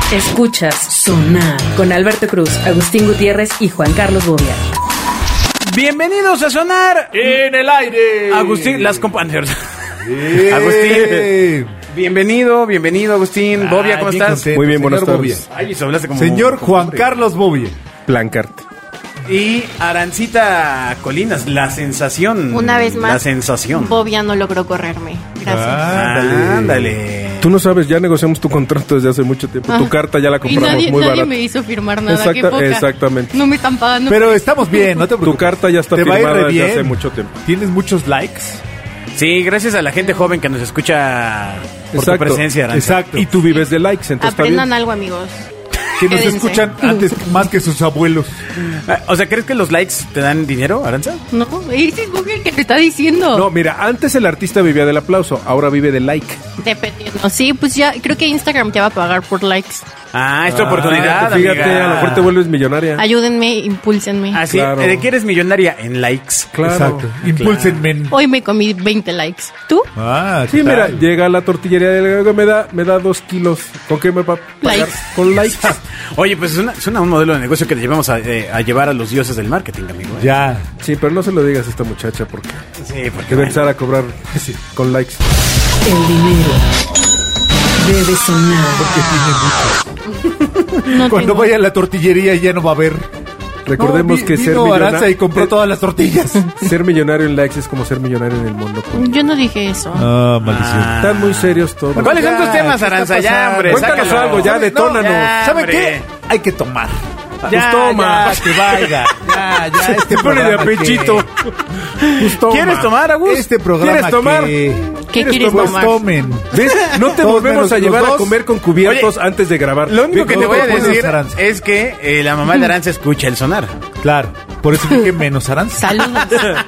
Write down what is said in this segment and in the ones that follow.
Escuchas Sonar con Alberto Cruz, Agustín Gutiérrez y Juan Carlos Bobia. Bienvenidos a Sonar en el aire. Agustín, las compañeras. Agustín, bienvenido Agustín. Bobia, ¿cómo estás? Contento. Muy bien, buenas tardes. Bobia. Ay, eso hablaste como Señor Juan Carlos Bobia. Plancarte. Y Arancita Colinas, la sensación. Una vez más, La sensación. Bobia no logró correrme. Gracias. Ándale. Tú no sabes, ya negociamos tu contrato desde hace mucho tiempo. Tu carta ya la Y compramos nadie muy barata. me hizo firmar nada. Qué poca. Exactamente. No me están pagando. Pero estamos bien, no te preocupes. Tu carta ya está Te va a ir firmada re desde bien. hace mucho tiempo. Tienes muchos likes. Sí, gracias a la gente joven que nos escucha por tu Exacto. presencia, Aranza. Exacto. Y tú vives de likes, entonces está Aprendan bien. algo, amigos. Que nos Quédense. escuchan antes más que sus abuelos. O sea, ¿crees que los likes te dan dinero, Aranza? No, ese es Google que te está diciendo. No, mira, antes el artista vivía del aplauso, ahora vive de like. Dependiendo. Sí, pues ya, creo que Instagram te va a pagar por likes. Ah, es tu oportunidad, Fíjate, amiga. a lo mejor te vuelves millonaria. Ayúdenme, impúlsenme. Así, Claro. ¿de qué eres millonaria? En likes. Claro. Exacto. Impúlsenme. Hoy me comí 20 likes. ¿Tú? Ah, Sí, ¿qué mira, tal? llega a la tortillería del me da 2 kilos. ¿Con qué me va a pagar? Likes. Con likes. Oye, pues es un modelo de negocio que te llevamos a llevar a los dioses del marketing, amigo. Ya. Sí, pero no se lo digas a esta muchacha porque Sí, porque debe empezar a cobrar con likes. El dinero debe sonar. No Cuando tengo. vaya a la tortillería ya no va a haber. Recordemos que ser vino Aranza millonario y compró todas las tortillas. ser millonario en likes es como ser millonario en el Monopoly. Yo no dije eso. Ah, maldición. Están muy serios todos. ¿Cuáles son Ya, tus temas, ¿qué está Aranza? Ya, pasando? hombre, Cuéntanos sácalo. algo, ya, detónanos. ya, ¿Sabe hombre. qué? Hay que tomar. Ya, toma. Ya, que vaya. Ya, este Te pone de programa apechito. Pues toma. ¿Quieres tomar, Agus? Este programa ¿Quieres tomar? que... ¿Qué quieres Pues tomar? tomen. ¿Ves? No te Todos volvemos menos a llevar los a dos. comer con cubiertos antes de grabar. Lo único que te voy a Menos decir Aranza. es que la mamá de Aranza escucha el sonar. Claro. Por eso dije menos Aranza. Saludos.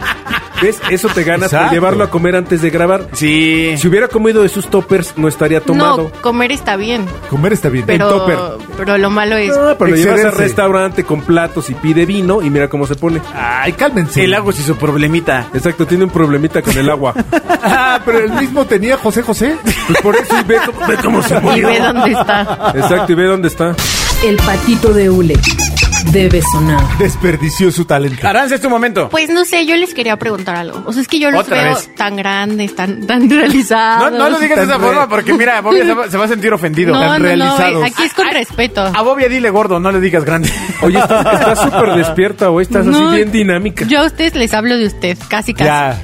¿Ves? Eso te ganas por Exacto. llevarlo a comer antes de grabar. Sí. Si hubiera comido de sus toppers, no estaría tomado. No, comer está bien. Comer está bien. topper. Pero lo malo es... No, pero lo llevas al Excederse. restaurante con platos y pide vino y mira cómo se pone. Ay, cálmense. El Agus y su problemita. Exacto, tiene un problemita con el agua. Ah, pero el mismo tenía José José. Pues por eso y ve cómo se Y murió. ve dónde está. Exacto, y ve dónde está. El patito de hule debe sonar. Desperdició su talento. Aranza, es tu momento. Pues no sé, yo les quería preguntar algo. O sea, es que yo los Otra veo vez. tan grandes, tan realizados. No lo digas de esa tan forma porque mira, Bobia se va a sentir ofendido. No, tan no, realizados. aquí es con respeto. A Bobia dile gordo, no le digas grande. Oye, estás súper despierta o estás así No, bien dinámica. Yo a ustedes les hablo de usted, casi. Ya.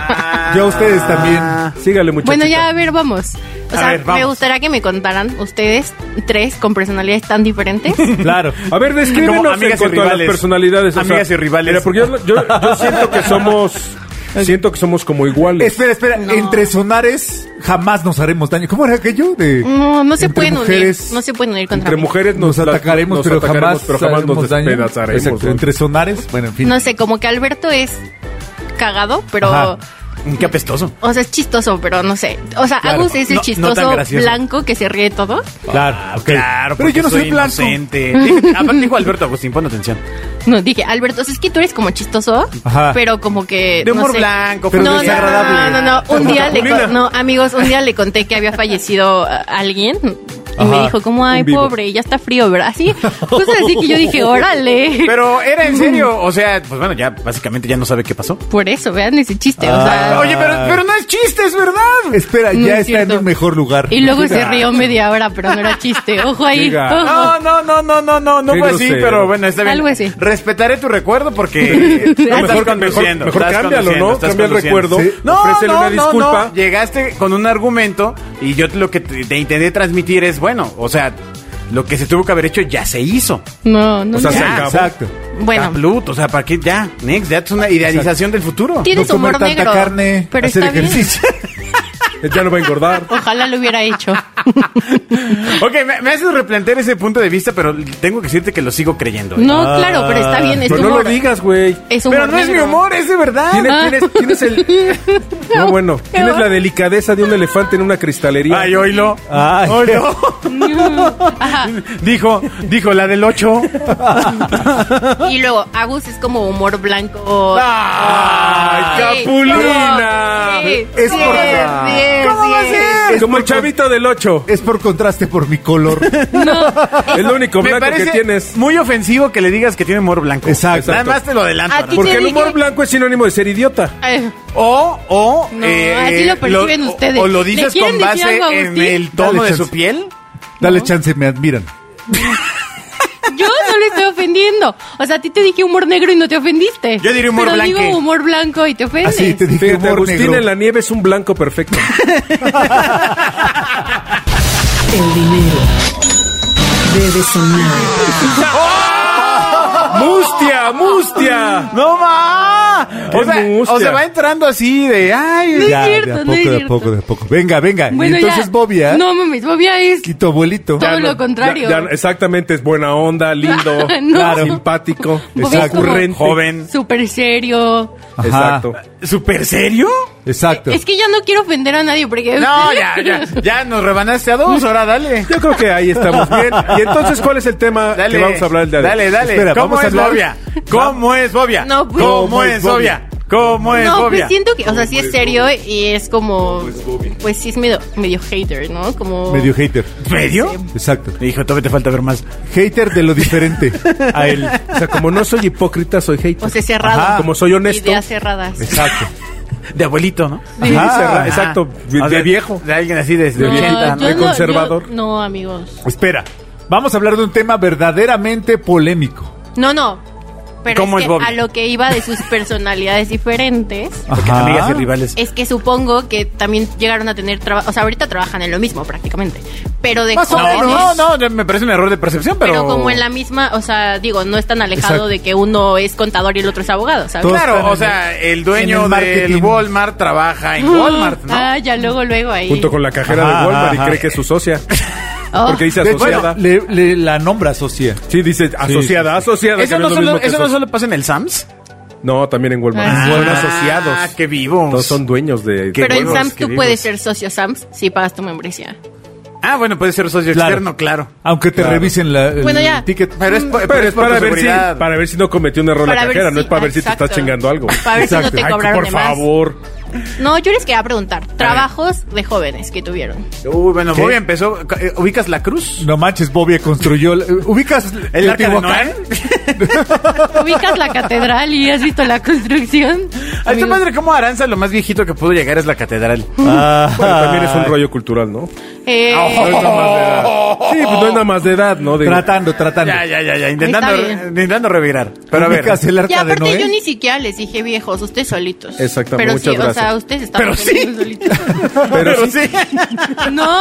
Yo a ustedes también. Sígale, muchachita. Bueno, ya, a ver, vamos. O A sea, ver, vamos. me gustaría que me contaran ustedes tres con personalidades tan diferentes. Claro. A ver, descríbenos Como en amigas y cuanto a las rivales. personalidades. o Amigas y rivales. Mira, porque yo siento que somos... Siento que somos como iguales. Espera. No. Entre sonares jamás nos haremos daño. ¿Cómo era aquello? No se Entre pueden mujeres- unir. No se pueden unir contra Entre mí. mujeres Nos atacaremos, pero jamás nos haremos daño. despedazaremos. Exacto. Entre sonares, bueno, en fin. No sé, como que Alberto es cagado, pero... Ajá. Qué apestoso. O sea, es chistoso, pero no sé. O sea, Claro. Agus es el No tan chistoso gracioso. blanco que se ríe de todo. Claro, ok. Claro, Pero yo no soy blanco. inocente. Aparte dijo Alberto Agustín, pon atención. No, dije, Alberto, o sea, es que tú eres como chistoso, Ajá. pero como que... De humor no sé. blanco, Pero No, desagradable. no. Un día Capulina. amigos, un día le conté que había fallecido alguien y Ajá. me dijo, como, ay, Un vivo. pobre, ya está frío, ¿verdad? Así, cosas así que yo dije, órale. Pero era en serio, o sea, pues bueno, ya básicamente ya no sabe qué pasó. Por eso, vean ese chiste, o sea... Oye, pero no es chiste, es verdad. Espera, No ya es está cierto. en un mejor lugar. Y luego se rió media hora, pero no era chiste. Ojo ahí. Diga. Ojo. No Qué fue así, grosero. pero bueno, está bien. Algo así. Respetaré tu recuerdo porque estás Mejor conduciendo. mejor estás cámbialo, conduciendo, ¿no? estás Cambia el conduciendo. recuerdo. Sí. No, Ofrécele una disculpa. no. Llegaste con un argumento y yo lo que te intenté transmitir es, bueno, o sea, lo que se tuvo que haber hecho ya se hizo. No. O sea, no. se acabó. Exacto. Bueno, Caplut, o sea, ¿para qué ya? Next, ya es una idealización del futuro. tienes No comer humor tanta negro. carne, pero hacer está bien. ejercicio. Ya no va a engordar. Ojalá lo hubiera hecho. Ok, me haces replantear ese punto de vista, pero tengo que decirte que lo sigo creyendo. ¿eh? No, claro, pero está bien, es Pero no humor. lo digas, güey. Es humor Pero no es mi negro. humor, es de verdad. Tienes el... No, bueno. Tienes la delicadeza de un elefante en una cristalería. Ay, oílo. Ay. Oílo. Ajá. Dijo la del 8. Y luego, Agus es como humor blanco. ¡Ay, Sí. Capulina! Sí, Es sí, por- bien. ¿Cómo va a ser? Como el chavito del 8. Es por contraste por mi color. Es lo único Me blanco que parece tienes. muy ofensivo que le digas que tiene humor blanco. Exacto. Nada más te lo adelanto. A ti ¿no? Porque te el humor dije- blanco es sinónimo de ser idiota. Ay, O No, así lo perciben ustedes. O lo ¿Le dices quieren con decir base algo a en Agustín? el tono Dale de su chance. piel. Dale chance, me admiran. yo no le estoy ofendiendo. O sea, a ti te dije humor negro y no te ofendiste. Yo diría humor Pero blanque. digo humor blanco y te ofendes. Así te dije Fíjate, humor Agustín negro. en la nieve es un blanco perfecto. El dinero debe sonar. ¡Mustia! ¡Mustia! ¡No ma! ¡Qué mustia! O sea, va entrando así de ay. No es Ya, cierto, de a no poco, es de a cierto. poco, de a poco. Venga. Bueno, y entonces ya. Bobia No mames, Bobia es y tu abuelito. todo lo contrario. Exactamente, es buena onda, lindo, No. simpático, Bobia es como ocurrente. Joven. súper serio. Ajá. Exacto. ¿Súper serio? Exacto. Es que ya no quiero ofender a nadie porque... No, ya nos rebanaste a dos, ahora dale. Yo creo que ahí estamos bien. Y entonces, ¿cuál es el tema Dale, que vamos a hablar el día de hoy? Dale. Espera, ¿Cómo vamos a es hablar- Bobia? ¿Cómo es Bobia? No, pues- ¿Cómo es Bobia? ¿Cómo es No, Bobia? pues siento que, o sea, sí es serio y es como, pues sí es medio hater, ¿no? Como... Medio hater. ¿Medio? Exacto. Hijo, todavía te falta ver más. Hater de lo diferente a él. O sea, como no soy hipócrita, soy hater. O sea, cerrado. Ajá. Como soy honesto. Ideas cerradas. Exacto. De abuelito, ¿no? Sí, Ajá. exacto. De, O sea, viejo. De alguien así de De 80, ¿no? yo de conservador. no, amigos. Espera. Vamos a hablar de un tema verdaderamente polémico. No. Pero ¿Cómo es es que Bobby? a lo que iba de sus personalidades diferentes, Porque amigas y rivales. es que supongo que también llegaron a tener trabajo, o sea, ahorita trabajan en lo mismo prácticamente, pero de jóvenes. No, me parece un error de percepción, pero... Pero como en la misma, o sea, digo, no es tan alejado Exacto. de que uno es contador y el otro es abogado, ¿sabes? Todos Claro, están o sea, el dueño en el del marketing. Walmart trabaja en Walmart, ¿no? Ah, ya luego ahí. Junto con la cajera Ajá, de Walmart ajá. y cree que es su socia. Oh. Porque dice De hecho, asociada. le la nombra socia. Sí, dice asociada. Eso que no, es lo solo, mismo que eso no socia. solo pasa en el Sams. No, también en Walmart. Ah, Son sí. asociados. Ah, qué vivos. Todos son dueños de... Qué Pero en huevos, Sams qué tú vivos. puedes ser socio Sams si pagas tu membresía. Ah, bueno, puede ser socio Claro. externo, claro. Aunque te Claro. revisen el Bueno, ya. ticket. Pero es, Pero es por para tu ver, si, seguridad. para ver si no cometió un error la Para ver cajera, si- no es para ver si te exacto. estás chingando algo. Para ver si no Exacto. te Ay, cobraron por de más. favor. No, yo les quería preguntar, trabajos de jóvenes que tuvieron. Uy, bueno, ¿Qué? Bobia empezó... ¿Ubicas la cruz? No manches, Bobia construyó. ¿Ubicas ¿El arca de Teotihuacán? Noé? ¿Ubicas la catedral y has visto la construcción? A esta madre, como Aranza, lo más viejito que pudo llegar es la catedral. Ah, Bueno, también es un rollo cultural, ¿no? Eh, No es nada más de edad. Sí, pues no es nada más de edad, ¿no? De- Tratando. Ya. Intentando, Está bien. intentando revirar. Pero a ver. ¿Ubicas el y arca de aparte Noé? yo ni siquiera les dije viejos, ustedes solitos. Exactamente, Pero muchas sí, o gracias. sea, ustedes están Pero sí. solitos. Pero sí. No.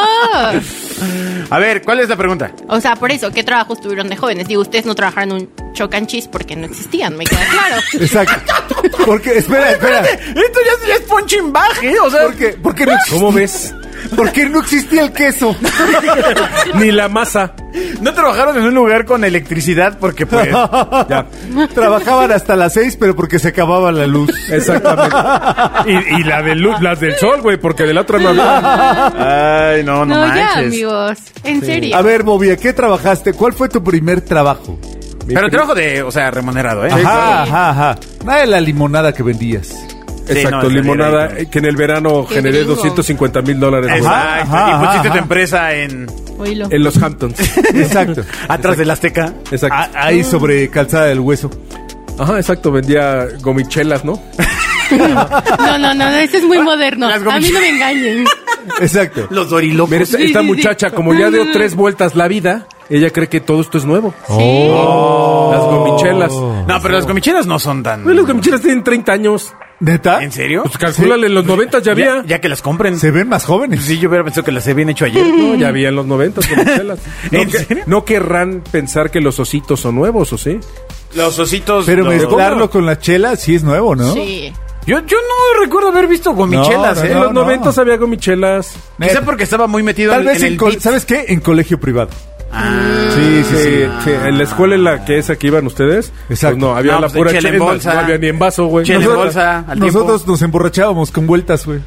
A ver, ¿cuál es la pregunta? O sea, por eso, ¿qué trabajos tuvieron de jóvenes? Digo, ustedes no trabajaron en un chocanchis porque no existían, me queda claro. Exacto. Porque, espera. Esto ya es punching bag, ¿eh? O sea, ¿Por qué no, ¿Cómo ves? porque no existía el queso? Ni la masa. no trabajaron en un lugar con electricidad porque, pues... Ya. Trabajaban hasta las 6, pero porque se acababa la luz. Exactamente. Y la de luz, las del sol, güey, porque de la otra no había. Ay, no No, ya, manches. amigos. En serio. A ver, Bobia, ¿qué trabajaste? ¿Cuál fue tu primer trabajo? Pero trabajo de, o sea, remunerado, ¿eh? Ajá. Nada de la limonada que vendías. Exacto, no, limonada salía que en el verano Qué generé gringo. $250,000. Exacto. Ajá, y pusiste ajá. tu empresa en... Oílo. En los Hamptons. Exacto. Atrás del Azteca. Exacto. Ahí sobre Calzada del Hueso. Ajá, exacto, vendía gomichelas, ¿no? No, esto es muy moderno. Las A mí no me engañen. Exacto. Los dorilocos. Mira, esta sí. muchacha, como ya dio 3 vueltas la vida, ella cree que todo esto es nuevo. Sí. Las gomichelas. No, pero las gomichelas no son tan... Güey, las gomichelas tienen 30 años. ¿Neta? ¿En serio? Pues calcúlale, en los 90 ya había. Ya que las compren. Se ven más jóvenes. Sí, yo hubiera pensado que las habían hecho ayer. No, ya había en los 90 gomichelas. ¿En serio? No querrán pensar que los ositos son nuevos, ¿o sí? Los ositos... Pero los- mezclarlo con la chela sí es nuevo, ¿no? Sí. Yo no recuerdo haber visto gomichelas, No, ¿eh? En los no. 90 había gomichelas. Quizá porque estaba muy metido Tal en vez el en beat. ¿sabes qué? En colegio privado. Sí. En la escuela en la que iban ustedes, Exacto. pues no, había No, la pues, pura chela en chela, bolsa. no había ni en vaso, güey. Chela en bolsa, al Nosotros tiempo. nos emborrachábamos con vueltas, güey.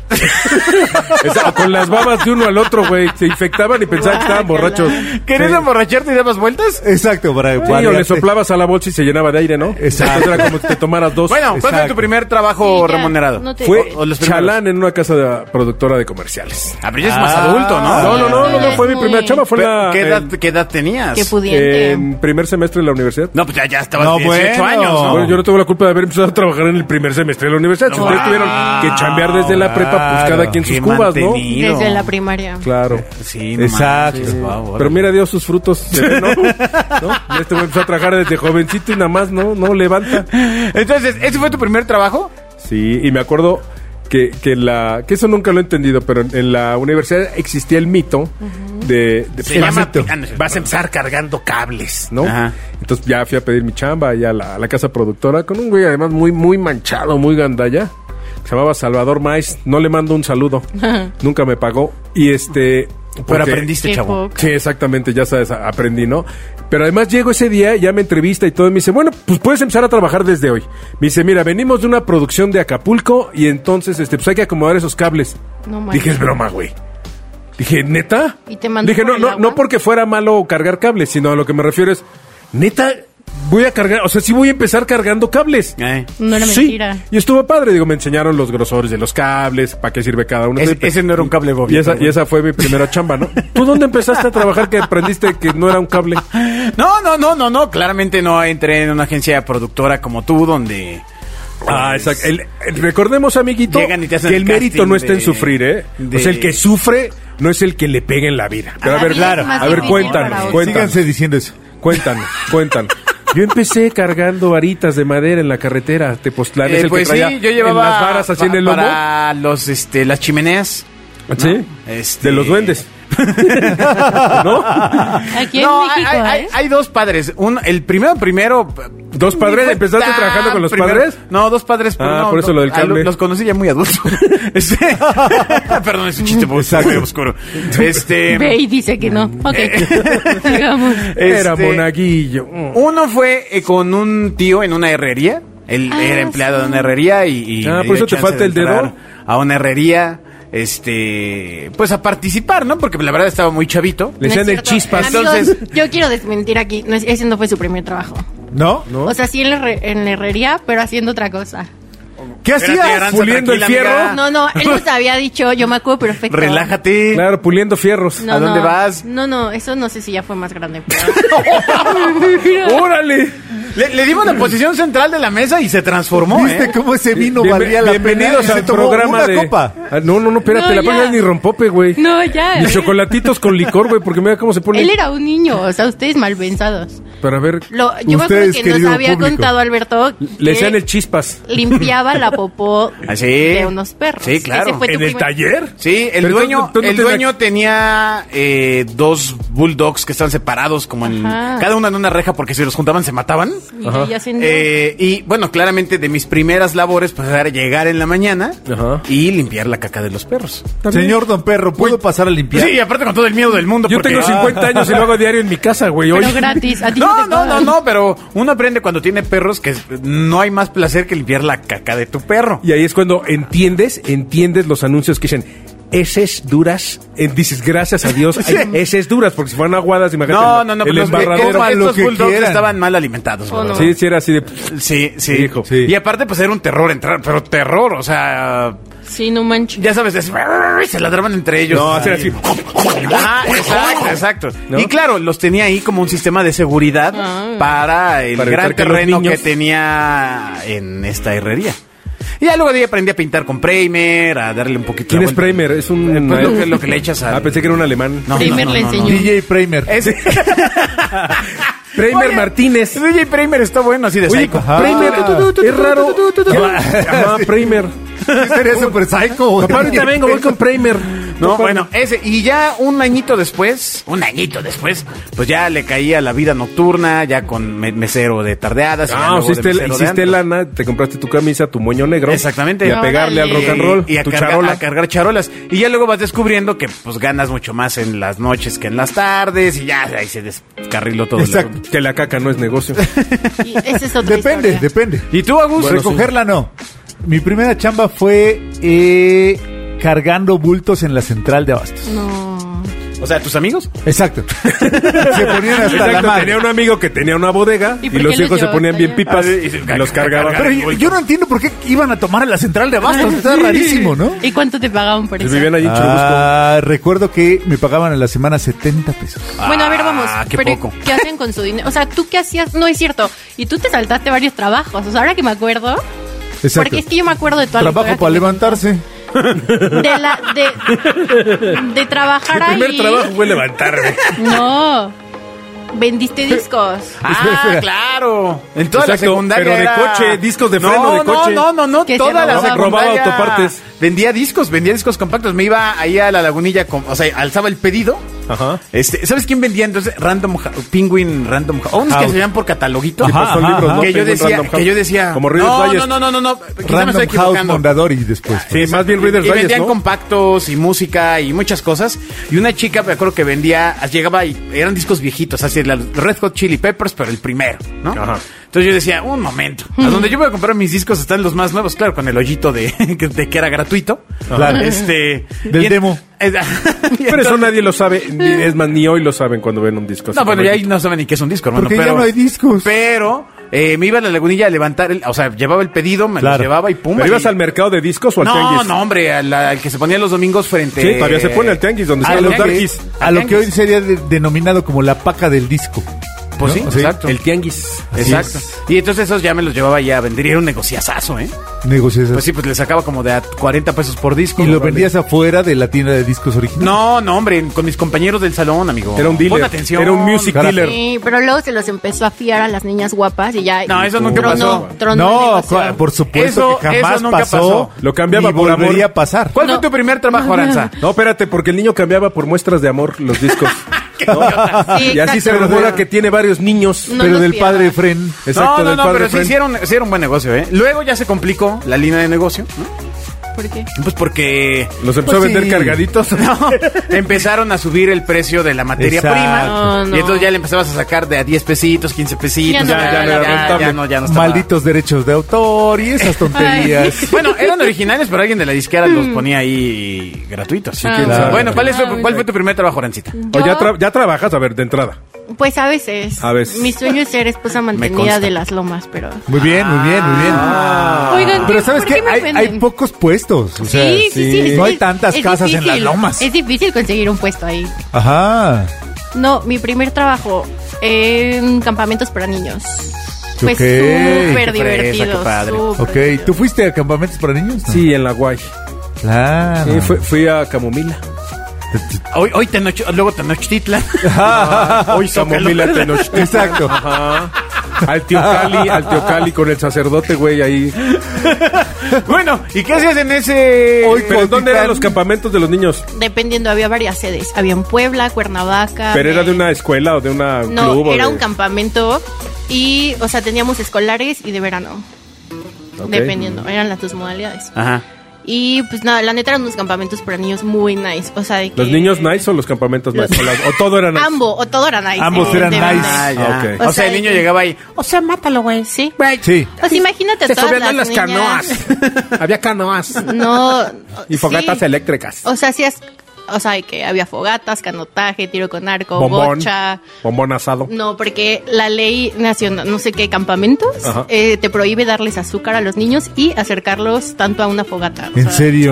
Con las babas de uno al otro, güey. Se infectaban y pensaban que estaban borrachos. ¿Querías emborracharte y dabas vueltas? Exacto, para Sí, o le soplabas a la bolsa y se llenaba de aire, ¿no? Exacto. Entonces era como si te tomaras dos. Bueno, ¿cuál fue Exacto. tu primer trabajo Sí, ya, remunerado? no te- Fue O los primeros. chalán en una casa productora de comerciales. Ah, pero ya es más adulto, ¿no? No, fue mi primera chamba. Fue Pero, la... ¿Qué edad tenías? Qué pudiente. En primer semestre de la universidad. No, pues ya estabas No, 18 bueno. años, ¿no? Bueno, yo no tuve la culpa de haber empezado a trabajar en el primer semestre de la universidad. Si ustedes tuvieron que chambear desde la prepa, pues cada quien sus Qué cubas, ¿no? mantenido. Desde la primaria. Claro. Sí, no Exacto. manches, wow, Pero mira, dio sus frutos, ¿no? ¿No? Este güey empezó a trabajar desde jovencito y nada más no levanta. Entonces, ¿ese fue tu primer trabajo? Sí, y me acuerdo que eso nunca lo he entendido, pero en la universidad existía el mito de Se llama... vas a empezar cargando cables, ¿no? Ajá. Entonces ya fui a pedir mi chamba allá a la casa productora con un güey además muy manchado, muy gandalla. Se llamaba Salvador Maiz. No le mando un saludo. Nunca me pagó. Y Pero porque- aprendiste, Qué chavo. poco. Sí, exactamente, ya sabes, aprendí, ¿no? Pero además llego ese día, ya me entrevista y todo, y me dice, bueno, pues puedes empezar a trabajar desde hoy. Me dice, mira, venimos de una producción de Acapulco y entonces, pues hay que acomodar esos cables. No manches. Dije, es broma, güey. Dije, ¿neta? ¿Y te mandó Dije, por el no agua? porque fuera malo cargar cables, sino a lo que me refiero es, ¿neta? Voy a cargar, o sea, sí voy a empezar cargando cables. No era Sí, mentira. y estuvo padre, digo, me enseñaron los grosores de los cables, para qué sirve cada uno. Ese no era un cable Y bobito. esa fue mi primera chamba, ¿no? ¿Tú dónde empezaste a trabajar que aprendiste que no era un cable? No. Claramente no entré en una agencia productora como tú, donde... Exacto. Recordemos, amiguito, Llegan y te hacen que el el mérito casting no está en de- sufrir, ¿eh? de- O sea, el que sufre no es el que le pega en la vida. Pero a La ver, vida es más a ver, difícil cuéntanos, para otros. cuéntanos. Síganse diciendo eso. Cuéntanos. Yo empecé cargando varitas de madera en la carretera Tepoztlán. Es el pues que traía sí, yo llevaba en las varas así en el lomo. para las chimeneas. ¿Sí? Este- De los duendes. ¿No? Aquí en No, México, hay dos padres. El primero... ¿Dos padres? ni fue ¿Empezaste tan trabajando con los primero. padres? No, dos padres. Pero Ah, no, por eso lo del cable. Los conocí ya muy adultos. Perdón, es un chiste muy oscuro. Ve y dice que no. Ok. Sigamos. Era monaguillo. Uno fue con un tío en una herrería. Él era empleado de una herrería y Ah, me ¿por dio eso te chance falta de el dedo? entrar a una herrería, pues a participar, ¿no? Porque la verdad estaba muy chavito. Le No decían es el cierto. chispas. Amigos, Entonces- yo quiero desmentir aquí. No, ese no fue su primer trabajo. ¿No? ¿No? O sea, sí en la herrería, pero haciendo otra cosa. ¿Qué Espérate, hacías? Aranza, ¿Puliendo el tranquila, fierro? amiga. No, él nos había dicho, yo me acuerdo perfecto. Relájate. Claro, puliendo fierros. No, ¿A dónde no. vas? No, eso no sé si ya fue más grande. Pero... ¡Órale! Le dimos la posición central de la mesa y se transformó, ¿Viste cómo ese vino Bien- valía la pena? bienvenidos Y se al tomó programa una de... copa. Ah, no, espérate, No, la ya. próxima ni rompope, güey. No, ya. Ni chocolatitos con licor, güey, porque mira cómo se pone. Él era un niño, o sea, ustedes mal pensados. Pero a ver, Yo me acuerdo Ustedes, que nos querido había público. contado Alberto le decían que el chispas. limpiaba la popó ¿Ah, sí? de unos perros. Sí, claro. Ese fue tu ¿En el primer- taller? Sí, el Pero dueño, tú no el tienes dueño tenía dos bulldogs que estaban separados como en Ajá. cada uno en una reja porque si los juntaban se mataban. Y ahí haciendo- Y bueno, claramente de mis primeras labores pues era llegar en la mañana Ajá. y limpiar la caca de los perros. Señor Don Perro, ¿puedo pasar a limpiar? Sí, y aparte con todo el miedo del mundo. Yo porque- tengo 50 años y lo hago diario en mi casa, güey. Pero Hoy. gratis. A ti no, te pagan. No, pero uno aprende cuando tiene perros que no hay más placer que limpiar la caca de tu perro. Y ahí es cuando entiendes los anuncios que dicen heces duras. Dices, gracias a Dios, hay heces duras, porque si fueran aguadas, imagínate. No, el pero los- embarradero. coman lo estos que bulldogs quieran. estaban mal alimentados. Oh, ¿verdad? no. Sí, era así de. Sí. Hijo. Sí. Y aparte pues era un terror entrar, pero terror, o sea... Sí, no manches. Ya sabes, se ladraban entre ellos. No, hacer así. Ajá, exacto. ¿No? Y claro, los tenía ahí como un sistema de seguridad para el Para gran evitar que los terreno que niños- tenía en esta herrería. Y ya luego de ahí aprendí a pintar con primer, a darle un poquito ¿Quién la es vuelta. Primer? Es un. Pues lo que le echas a... Ah, pensé que era un alemán. No, Primer le enseñó. DJ Primer. Ese... Primer Oye, Martínez. DJ Primer está bueno, así de Oye, psycho. Primer. Es raro. Ajá, Primer. Sería super psycho. Papá, ahorita vengo, voy con Primer. No, bueno, ese. Y ya un añito después, pues ya le caía la vida nocturna, ya con mesero de tardeadas. Hiciste lana, te compraste tu camisa, tu moño negro. Exactamente. Y a pegarle al rock and roll. Y a cargar charolas. Y ya luego vas descubriendo que pues ganas mucho más en las noches que en las tardes. Y ya ahí se descarriló todo. Exacto. Que la caca no es negocio. Y esa es otra historia. Depende. ¿Y tú, Agus? Bueno, recogerla no. Mi primera chamba fue cargando bultos en la central de abastos. No. O sea, ¿tus amigos? Exacto. Se ponían hasta la madre. Tenía un amigo que tenía una bodega ¿Y y por los qué les hijos se llevabas ponían bien allá? pipas y los cargaban. Pero yo no entiendo por qué iban a tomar a la central de abastos. Está rarísimo, ¿no? ¿Y cuánto te pagaban por Se eso? vivían allí en Churubusco. Recuerdo que me pagaban a la semana 70 pesos. Bueno, a ver, vamos. Qué pero poco. ¿qué hacen con su dinero? O sea, ¿tú qué hacías? No es cierto. Y tú te saltaste varios trabajos. O sea, ahora que me acuerdo. Exacto. Porque es que yo me acuerdo de toda Trabajo la para levantarse. de trabajar Mi primer ahí. trabajo fue levantarme. No. Vendiste discos. Espera. Claro. En toda Exacto, la secundaria pero de era- coche, discos de freno de coche. No, Que se toda la robaba. secundaria Robaba autopartes. vendía discos compactos. Me iba ahí a la lagunilla, o sea, alzaba el pedido. Ajá. ¿Sabes quién vendía entonces? Penguin Random House. Unos que House. se llaman por cataloguito. Ajá, Pues son libros, ¿no? Que yo Penguin decía, Random House. Como Reader's no, Digest. no, quizá me estoy Random House equivocando. Mondadori después. Sí, más bien Reader's Y Digest, vendían ¿no? compactos y música y muchas cosas. Y una chica, me acuerdo que llegaba y eran discos viejitos, así, la Red Hot Chili Peppers, pero el primero, ¿no? Ajá. Entonces yo decía, un momento, a donde yo voy a comprar mis discos están los más nuevos, claro, con el hoyito de que era gratuito. Claro. Del demo. Pero eso nadie lo sabe, es más, ni hoy lo saben cuando ven un disco. No, bueno, ya ahí no saben ni qué es un disco, hermano. Porque pero, ya no hay discos. Pero me iba a la lagunilla a levantar, o sea, llevaba el pedido, me Claro. lo llevaba y pum. ¿Pero ahí. ibas al mercado de discos o al No, tianguis? no, hombre, al que se ponía los domingos frente. Sí, todavía se pone al tianguis, donde A están lo, los que, darkies. a lo que hoy sería denominado como la paca del disco. Pues ¿no? sí, exacto. El tianguis. Exacto. Y entonces esos ya me los llevaba ya a vender. Y era un negociazazo, ¿eh? Negocios. Pues sí, pues le sacaba como de a 40 pesos por disco. Y lo vendías afuera de la tienda de discos originales. No, hombre, con mis compañeros del salón, amigo. Era un dealer. Pon atención. Era un music Carajo. dealer. Sí, pero luego se los empezó a fiar a las niñas guapas y ya. No, eso nunca tronó, pasó. tronó el No, negocio. por supuesto Eso que jamás nunca pasó. Lo cambiaba ni por amor. volvería a pasar. ¿Cuál fue tu primer trabajo, Aranza? No, espérate, porque el niño cambiaba por muestras de amor los discos. ¿no? Sí, Y así se exacto. rumora que tiene varios niños. No Pero nos del fiaba. padre Efren. Exacto, del padre pero sí Fren. hicieron un buen negocio, ¿eh? Luego ya se complicó la línea de negocio, ¿no? ¿Por qué? Pues porque Los empezó Pues a vender sí. cargaditos. no, empezaron a subir el precio de la materia Exacto. prima. No. Y entonces ya le empezabas a sacar de a 10 pesitos, 15 pesitos. Ya no era rentable. ya no estaba. Malditos derechos de autor y esas tonterías. Bueno, eran originales, pero alguien de la disquera los ponía ahí gratuitos. Ah, claro. Bueno, ¿cuál fue tu primer trabajo, Arancita? O ya, Yo- ya trabajas, a ver, de entrada. Pues a veces. A veces. Mi sueño es ser esposa consta. mantenida de las lomas, pero. Muy bien, muy bien, muy bien. Oigan, Pero ¿sabes ¿por qué? me Hay ofenden? pocos puestos. O sea, Sí. No hay tantas casas en las lomas. Es difícil conseguir un puesto ahí. Ajá. No, mi primer trabajo en campamentos para niños. Fue Ok. súper Qué fresa, divertido. qué padre. súper Ok, divertido. ¿tú fuiste a campamentos para niños? No? Sí, en la Guay. Claro. Sí, fui a Camomila. Hoy luego Tenochtitlan. Hoy Camomila Tenochtitlan. Exacto. Ajá. Al tío Cali con el sacerdote, güey, ahí. Bueno, ¿y qué hacías en ese...? Hoy ¿Pero con dónde eran Titán. los campamentos de los niños? Dependiendo, había varias sedes. Había en Puebla, Cuernavaca. ¿Pero era de una escuela o de una No, club? o era de- un campamento y, o sea, teníamos escolares y de verano. Ok. Dependiendo, eran las dos modalidades. Ajá. Y pues nada, la neta eran unos campamentos para niños muy nice. O sea, de que... ¿Los niños nice o los campamentos Los- nice? ¿O todo era nice? O todo era nice. Ambos eran evidentemente. nice. Ah, ya. ok. O sea, el niño llegaba ahí. O sea, mátalo, güey. Sí. Sí. O sea, imagínate a Se todas subían las en las niñas. canoas. Había canoas. No. Y fogatas sí. eléctricas. O sea, hacías... O sea, que había fogatas, canotaje, tiro con arco, Bombón. bocha. Bombón asado. No, porque la ley nacional, no sé qué, campamentos, Ajá. te prohíbe darles azúcar a los niños y acercarlos tanto a una fogata. O ¿En sea, serio?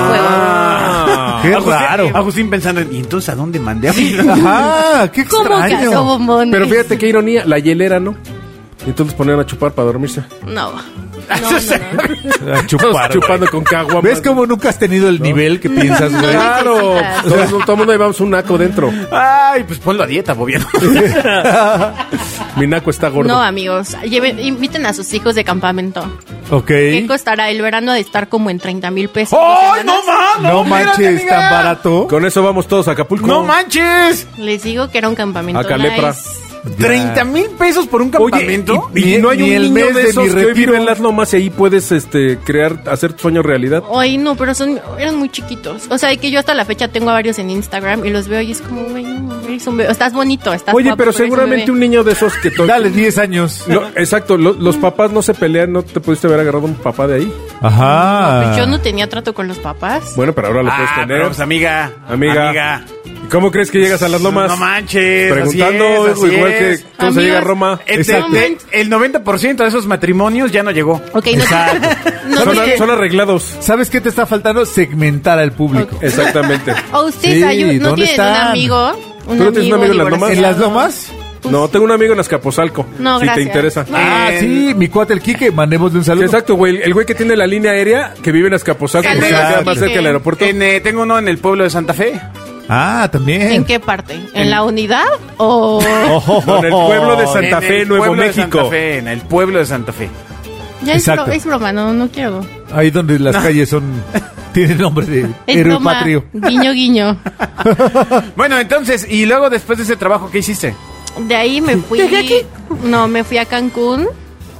Ah. Qué Agustín- raro. Agustín pensando, ¿y entonces a dónde mandé a mi Ajá, qué ¿Cómo que extraño. asó bombones? Pero fíjate qué ironía, la hielera, ¿no? Y entonces ponían a chupar para dormirse. No. A Todos chupar. chupando con caguamas. ¿Ves cómo nunca has tenido el nivel que piensas, güey? Claro, necesitas. todo el mundo llevamos un naco dentro. Ay, pues ponlo a dieta, Bobiano. Mi naco está gordo. No, amigos, inviten a sus hijos de campamento. Ok. ¿Qué costará? El verano de estar como en 30,000 pesos. ¡Ay, no mames! No manches, amiga. tan barato. Con eso vamos todos a Acapulco. ¡No manches! Les digo que era un campamento. A Calepra. nice. 30,000 pesos por un Oye, campamento. y no hay Ni un el niño mes de de esos mi que hoy retiro. vive en las lomas y ahí puedes hacer tu sueño realidad. Ay, no, pero eran muy chiquitos. O sea, de que yo hasta la fecha tengo a varios en Instagram y los veo y es como, güey, no, eres un bebé. Estás bonito, estás Oye, guapo, pero eres seguramente un bebé. niño de esos que... Dale 10 años. No, exacto, los papás no se pelean, ¿no te pudiste haber agarrado un papá de ahí? Ajá. Pues yo no tenía trato con los papás. Bueno, pero ahora lo puedes Ah, tener. pero, pues, amiga. ¿Y cómo crees que llegas a las lomas? No manches. Preguntando, así es, igual así que es. cómo se Amigos, llega a Roma. Exacto. El 90% de esos matrimonios ya no llegó. Ok, no Exacto. no Son, sé. son arreglados. ¿Sabes qué te está faltando? Segmentar al público. Exactamente. O ustedes Sí, no ¿dónde tienen están? un amigo. ¿Tú no tienes un amigo en las lomas? ¿En las lomas? No, tengo un amigo en Azcapotzalco. No, si gracias. te interesa. Ah, sí, mi cuate el Quique, mandémosle un Sí, saludo. exacto, güey. El güey que tiene la línea aérea que vive en Azcapotzalco, porque Saludos, queda más Quique. cerca del aeropuerto. Tengo uno en el pueblo de Santa Fe. Ah, también. ¿En qué parte? ¿En la unidad o...? Ojo, No, en el pueblo de Santa En Fe, el Nuevo pueblo de México. Santa Fe, en el pueblo de Santa Fe. Ya Exacto. es broma, no quiero. Ahí donde las calles son... Tienen nombre de Es héroe broma. patrio. Guiño, guiño. Bueno, entonces, y luego después de ese trabajo, ¿qué hiciste? De ahí me fui... No, me fui a Cancún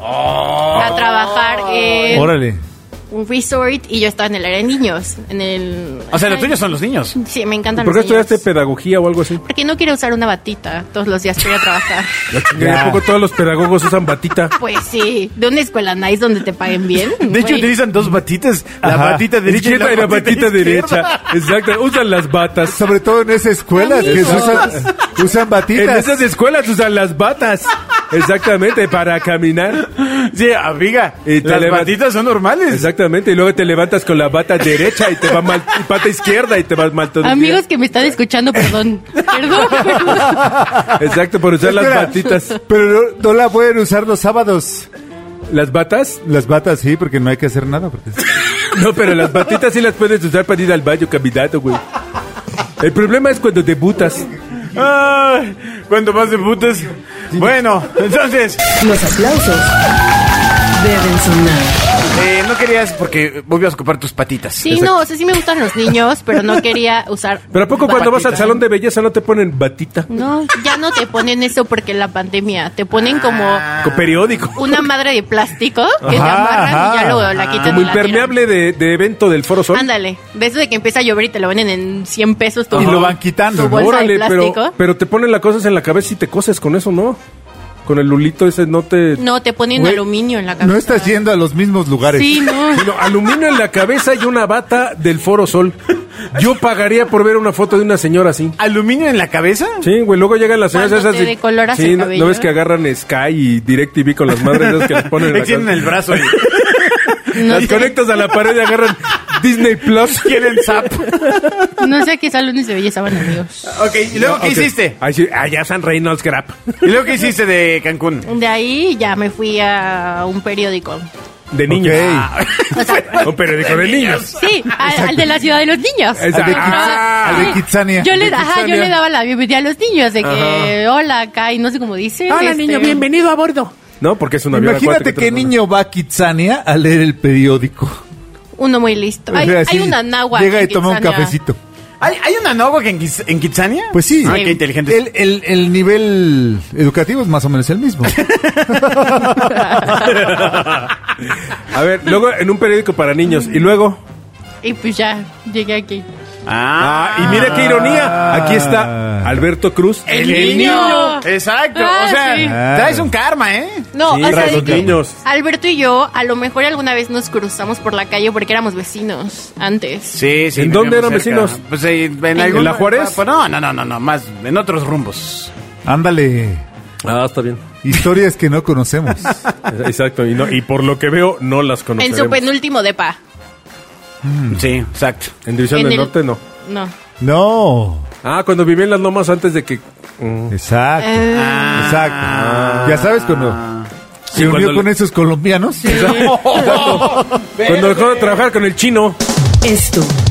a trabajar en Órale. un resort y yo estaba en el área de niños. En el... O sea, los tuyos son los niños. Sí, me encantan ¿Por qué los niños. estudiaste pedagogía o algo así? Porque no quiero usar una batita todos los días que voy a trabajar. Ya. ¿A poco todos los pedagogos usan batita? Pues sí, de una escuela nice donde te paguen bien. De hecho, güey. utilizan dos batitas. La Ajá. batita derecha Izquierda y la batita izquierda. derecha. Exacto, usan las batas. Sobre todo en esa escuela que Amigos. usan En batitas. esas escuelas usan las batas. Exactamente, para caminar. Sí, amiga, Y te las levant- batitas son normales. Exactamente, y luego te levantas con la bata derecha y te va mal, y pata izquierda y te vas mal todo el Amigos día. que me están escuchando, perdón. Perdón. Exacto, por usar las Espera, batitas. Pero no la pueden usar los sábados. ¿Las batas? Las batas sí, porque no hay que hacer nada. Porque... No, pero las batitas sí las puedes usar para ir al baño caminando, güey. El problema es cuando debutas. Ay, cuando vas de putas. Bueno, entonces, Los aplausos deben sonar. no querías porque volvías a ocupar tus patitas. Sí, no, o sea, sí me gustan los niños, pero no quería usar... Pero ¿a poco cuando vas al batita? salón de belleza no te ponen batita? No, ya no te ponen eso porque la pandemia. Te ponen como Con periódico. una madre de plástico que te Ajá, amarran y ya ajá. luego la quitan Como y la tiran. impermeable de evento del Foro Sol. Ándale, de eso de que empieza a llover y te lo venden en 100 pesos tu, Y lo van quitando, tu ¿no? bolsa de Órale, plástico. pero te ponen las cosas en la cabeza y te coses con eso, ¿no? Con el lulito ese no te... No, te ponen Güey, aluminio en la cabeza. No estás yendo a los mismos lugares. Sí, no. Sino aluminio en la cabeza y una bata del Foro Sol. Yo pagaría por ver una foto de una señora así. ¿Aluminio en la cabeza? Sí, güey, luego llegan las señoras Cuando esas te de... decoloras Sí, el ¿no cabello. ves que agarran Sky y DirecTV con las madres esas que les ponen en la Extienden cabeza? el brazo. No Las sé, conectas a la pared y agarran Disney Plus. Quieren zap. no sé a qué salones de belleza van, amigos. Ok, ¿y luego qué Ok. hiciste? Ay, sí, allá San Reynolds Grap. ¿Y luego qué hiciste de Cancún? De ahí ya me fui a un periódico. De niños. O sea, Un periódico de niños. sí, al de la ciudad de los niños. Exacto. Al de, Ah, al de Kitsania. Yo le, de ajá, yo Kitsania. le daba la bienvenida a los niños, de que hola acá y no sé cómo dice. bienvenido a bordo. No, porque es una avión Imagínate acuático, qué niño va a Kitsania a leer el periódico. Uno muy listo. Hay, O sea, hay sí, una náhuatl Llega y en toma un Kitsania. cafecito. ¿Hay una náhuatl en Kitsania? Pues sí. Ah, qué inteligente. El nivel educativo es más o menos el mismo. A ver, luego en un periódico para niños. Y luego... Y pues ya, llegué aquí. Ah, y mira qué ironía. Aquí está Alberto Cruz. ¡El niño! Exacto. Ah, o sea, sí. traes un karma, ¿eh? No, Sí, o sea, para de los que niños. Alberto y yo, a lo mejor alguna vez nos cruzamos por la calle porque éramos vecinos antes. Sí, sí. ¿En dónde vivíamos eran cerca. vecinos? Pues en ¿En algún... la Juárez? Pues no, más en otros rumbos. Ándale. Ah, está bien. Historias que no conocemos. Exacto. Y por lo que veo, no las En conoceremos. su penúltimo depa. Sí, exacto. En División En del el- Norte, no. No. No. Ah, cuando viví en las lomas antes de que... Exacto. Exacto. Ya sabes cuando se unió cuando con le- esos colombianos. Cuando dejó de trabajar con el chino. Esto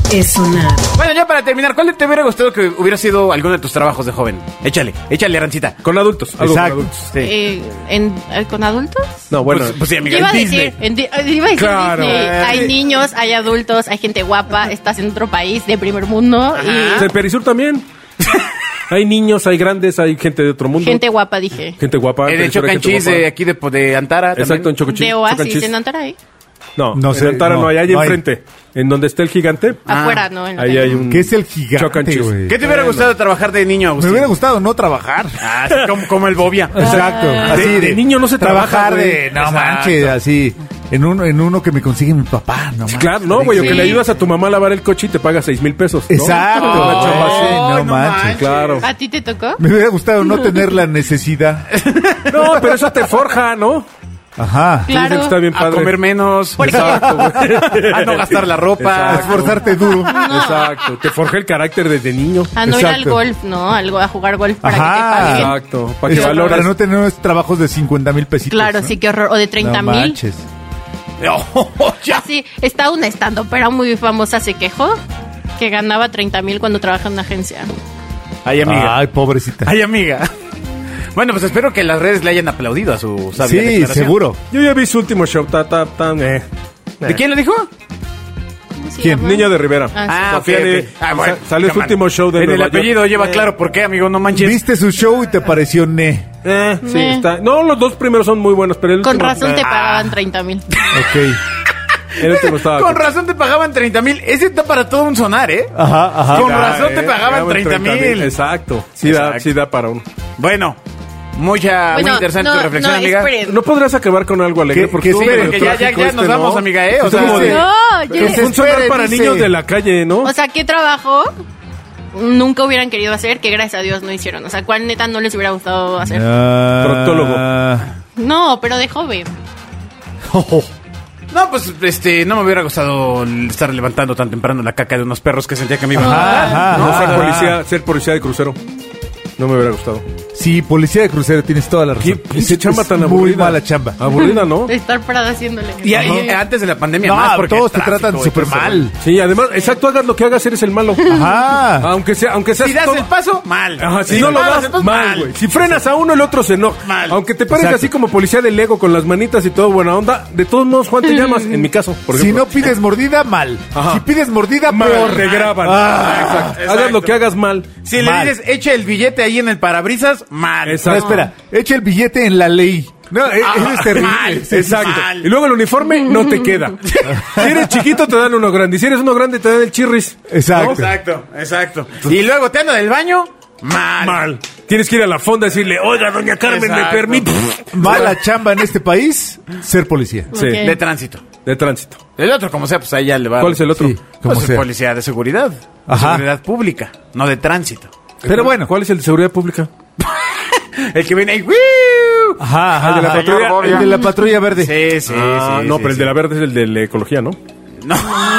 es sonar. Bueno, ya para terminar, ¿cuál te hubiera gustado que hubiera sido alguno de tus trabajos de joven? Échale, Rancita. Con adultos. Algo Exacto. con adultos. Sí. ¿Con adultos? No, bueno. Pues sí, Yo amiga, iba a Disney. decir, iba a decir Claro. Disney. Hay niños, hay adultos, hay gente guapa, estás en otro país de primer mundo y En Perisur también. Hay niños, hay grandes, hay gente de otro mundo. gente guapa, dije. Gente guapa. De Perisur hay gente Chocanchis, guapa. de aquí de Antara. Exacto, en también. Chocochis. De Oasis, en Antara, No, No en sé, Antara no, no, hay, ahí no hay. enfrente. En donde está el gigante. Afuera, ¿no? En la Ahí calle. hay un... ¿Qué es el gigante, Chocanchis. güey? ¿Qué te hubiera gustado trabajar de niño, Me Agustín? hubiera gustado no trabajar. Ah, sí, como el Bobia. Exacto. Así De niño no se trabaja, trabajar güey. de, no Exacto. manches, así. En uno que me consigue mi papá, no manches. Claro, no, güey, o que Sí. le ayudas a tu mamá a lavar el coche y te paga 6,000 pesos. ¿no? Exacto. Una chamba así. Ay, no no manches. manches. Claro. ¿A ti te tocó? Me hubiera gustado no tener la necesidad. No, pero eso te forja, ¿no? Ajá. Sí, dicen que Claro. está bien A padre. comer menos. Exacto, güey. A no gastar la ropa. A esforzarte duro. Exacto. Te forja el carácter desde niño. A no ir al Exacto. golf, ¿no? A jugar golf para Ajá. que te paguen. Exacto. Para que Eso, valores. para no tener unos trabajos de 50,000 pesitos. Claro, ¿no? sí, qué horror. O de 30,000. No manches. Oh, ya. Sí, está una estandopera muy famosa, se quejó que ganaba 30,000 cuando trabaja en una agencia. Ay, amiga. Ay, pobrecita. Ay, amiga. Bueno, pues espero que las redes le hayan aplaudido a su sabia Sí, declaración. seguro. Yo ya vi su último show. ¿De quién lo dijo? ¿Cómo se ¿Quién? llama? Niño de Rivera. Ah, Ah, Sofía ok, de- ok. Ah, bueno. Salió su cámara. último show de En el Nueva York. apellido lleva claro por qué, amigo, no manches. Viste su show y te pareció ne. Sí, está. No, los dos primeros son muy buenos, pero el Con último... razón te pagaban 30,000. Ok. El último estaba... Con razón te pagaban 30,000. Ese está para todo un sonar, ¿eh? Ajá, ajá. Con razón te pagaban 30,000. Exacto. Exacto. Sí da para uno. Bueno, muy interesante tu reflexión, amiga. esperen. No podrás acabar con algo alegre Que- porque que estuvo espere, medio que ya trágico nos este, vamos, ¿no? amiga, ¿eh? O Estuvo sea, como de- No, yo Que se un sonar espere, para dice. niños de la calle, ¿no? O sea, ¿qué trabajo nunca hubieran querido hacer que gracias a Dios no hicieron? O sea, ¿cuál neta no les hubiera gustado hacer? Proctólogo. No, pero de joven. No, pues no me hubiera gustado estar levantando tan temprano la caca de unos perros que sentía que me iban a matar. Ajá, ¿no? ajá. Ser policía de crucero. No me hubiera gustado. Sí, policía de crucero, tienes toda la razón. Qué pinche chamba es tan muy aburrida. mala chamba. Aburrida, ¿no? De estar parada haciéndole. Y antes de la pandemia No, más, porque todos te tráfico tratan y súper todo eso, mal. Sí, además, exacto, hagas lo que hagas, eres el malo. Ajá. Aunque seas Si das todo- el paso, mal. Ajá, si Si no lo paras das, el paso, mal, güey. Si frenas a uno, el otro se enoja. Mal. Aunque te pares Exacto. así como policía de Lego con las manitas y todo buena onda, de todos modos, Juan, te llamas, en mi caso, por Si ejemplo. no pides mordida, mal. Ajá. Si pides mordida, mal, peor. te graban. Ah, Exacto. Hagas lo que hagas mal. Si Mal. le dices, echa el billete ahí en el parabrisas, mal. No, espera, echa el billete en la ley. No, es terrible. mal. Sí, Exacto. Mal. Y luego el uniforme no te queda. Si eres chiquito, te dan uno grande. Y si eres uno grande, te dan el chirris. Exacto. Exacto. Y luego te anda del baño, mal. Mal. Tienes que ir a la fonda y decirle, oiga, doña Carmen, ¿me Exacto. permite? Mala chamba en este país, ser policía. Sí, Ok. De tránsito. de tránsito. El otro, como sea, pues ahí ya le va. ¿Cuál es el otro? Sí, como Pues sea. policía de seguridad. De Ajá. seguridad pública, no de tránsito. Pero bueno. ¿Cuál es el de seguridad pública? El que viene ahí, ¡wiu! Ajá, ajá, El de la ajá. patrulla- El de la patrulla verde. Sí, sí, Ah, sí. no, sí, pero el sí. de la verde es el de la ecología, ¿no? No.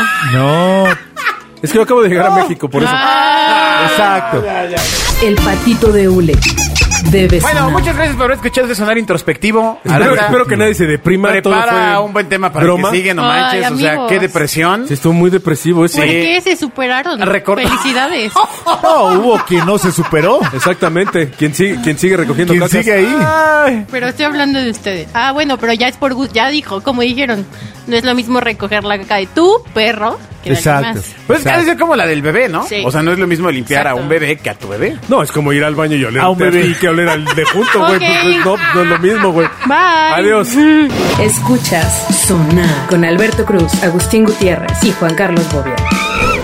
No, Es que yo acabo de llegar a México, por eso. exacto. El patito de hule debe Bueno, sonar. muchas gracias por haber escuchado este sonar introspectivo. Espero que nadie se deprima. todo Prepara fue un buen tema para broma. el que sigue, no Ay, manches. O sea, amigos. qué depresión. Sí, estuvo muy depresivo ese. ¿Por qué se superaron? Felicidades. No, hubo quien no se superó. Exactamente. ¿Quién sigue recogiendo ¿Quién cacas? sigue ahí? Ay. Pero estoy hablando de ustedes. Ah, bueno, pero ya es por gusto. Ya dijo, como dijeron, no es lo mismo recoger la caca de tu perro que de alguien Exacto. más. Pues es ser como la del bebé, ¿no? Sí. O sea, no es lo mismo limpiar Exacto. a un bebé que a tu bebé. No, es como ir al baño y oler A un bebé. y que oler al de junto, güey. Ok. Pues, no es lo mismo, güey. Bye. Adiós. Escuchas Sonar con Alberto Cruz, Agustín Gutiérrez y Juan Carlos Bobia.